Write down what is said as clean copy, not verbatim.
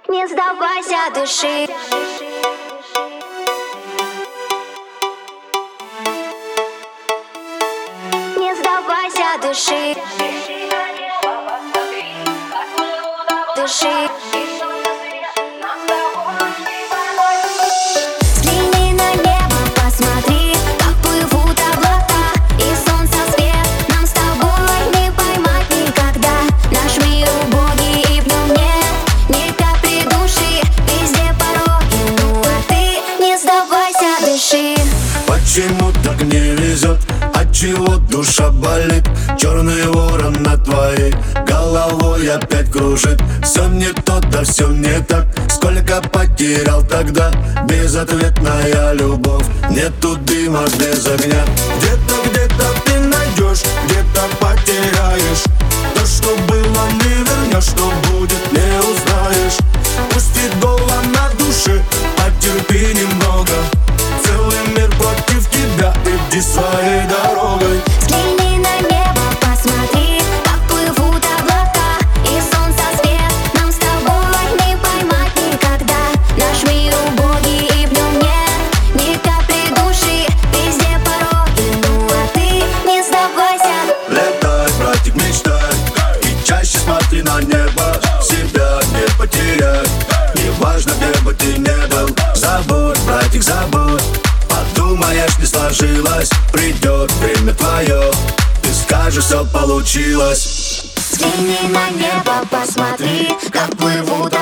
Не сдавайся, дыши. Не сдавайся, дыши. Дыши. Взгляни на небо, посмотри, как плывут облака, и солнце свет нам с тобой не поймать никогда. Наш мир убогий, и в нем нет ни капли души, везде пороги, ну а ты не сдавайся, дыши. Почему так не везет? Отчего душа болит? Черный ворон над твоей головой опять кружит. Все не то, да все не так. Сколько потерял тогда? Безответная любовь. Нету дыма без огня. Где-то ты найдешь, где-то потеряешь. То, что было, не вернешь, что будет, не узнаешь. Пусти голова на душе, потерпи немного. Целый мир против тебя, иди своей дорогой. Взгляни на небо, посмотри, как плывут облака, и солнце свет нам с тобой не поймать никогда. Наш мир убогий, и в нем нет ни капли души, везде пороги, ну а ты не сдавайся. Летай, братик, мечтай, и чаще смотри на небо. Себя не потеряй, неважно, где бы ты не был. Забудь, братик, забудь. Подумаешь, не сложилось, придет время твое, ты скажешь, все получилось. Взгляни на небо, посмотри, как плывут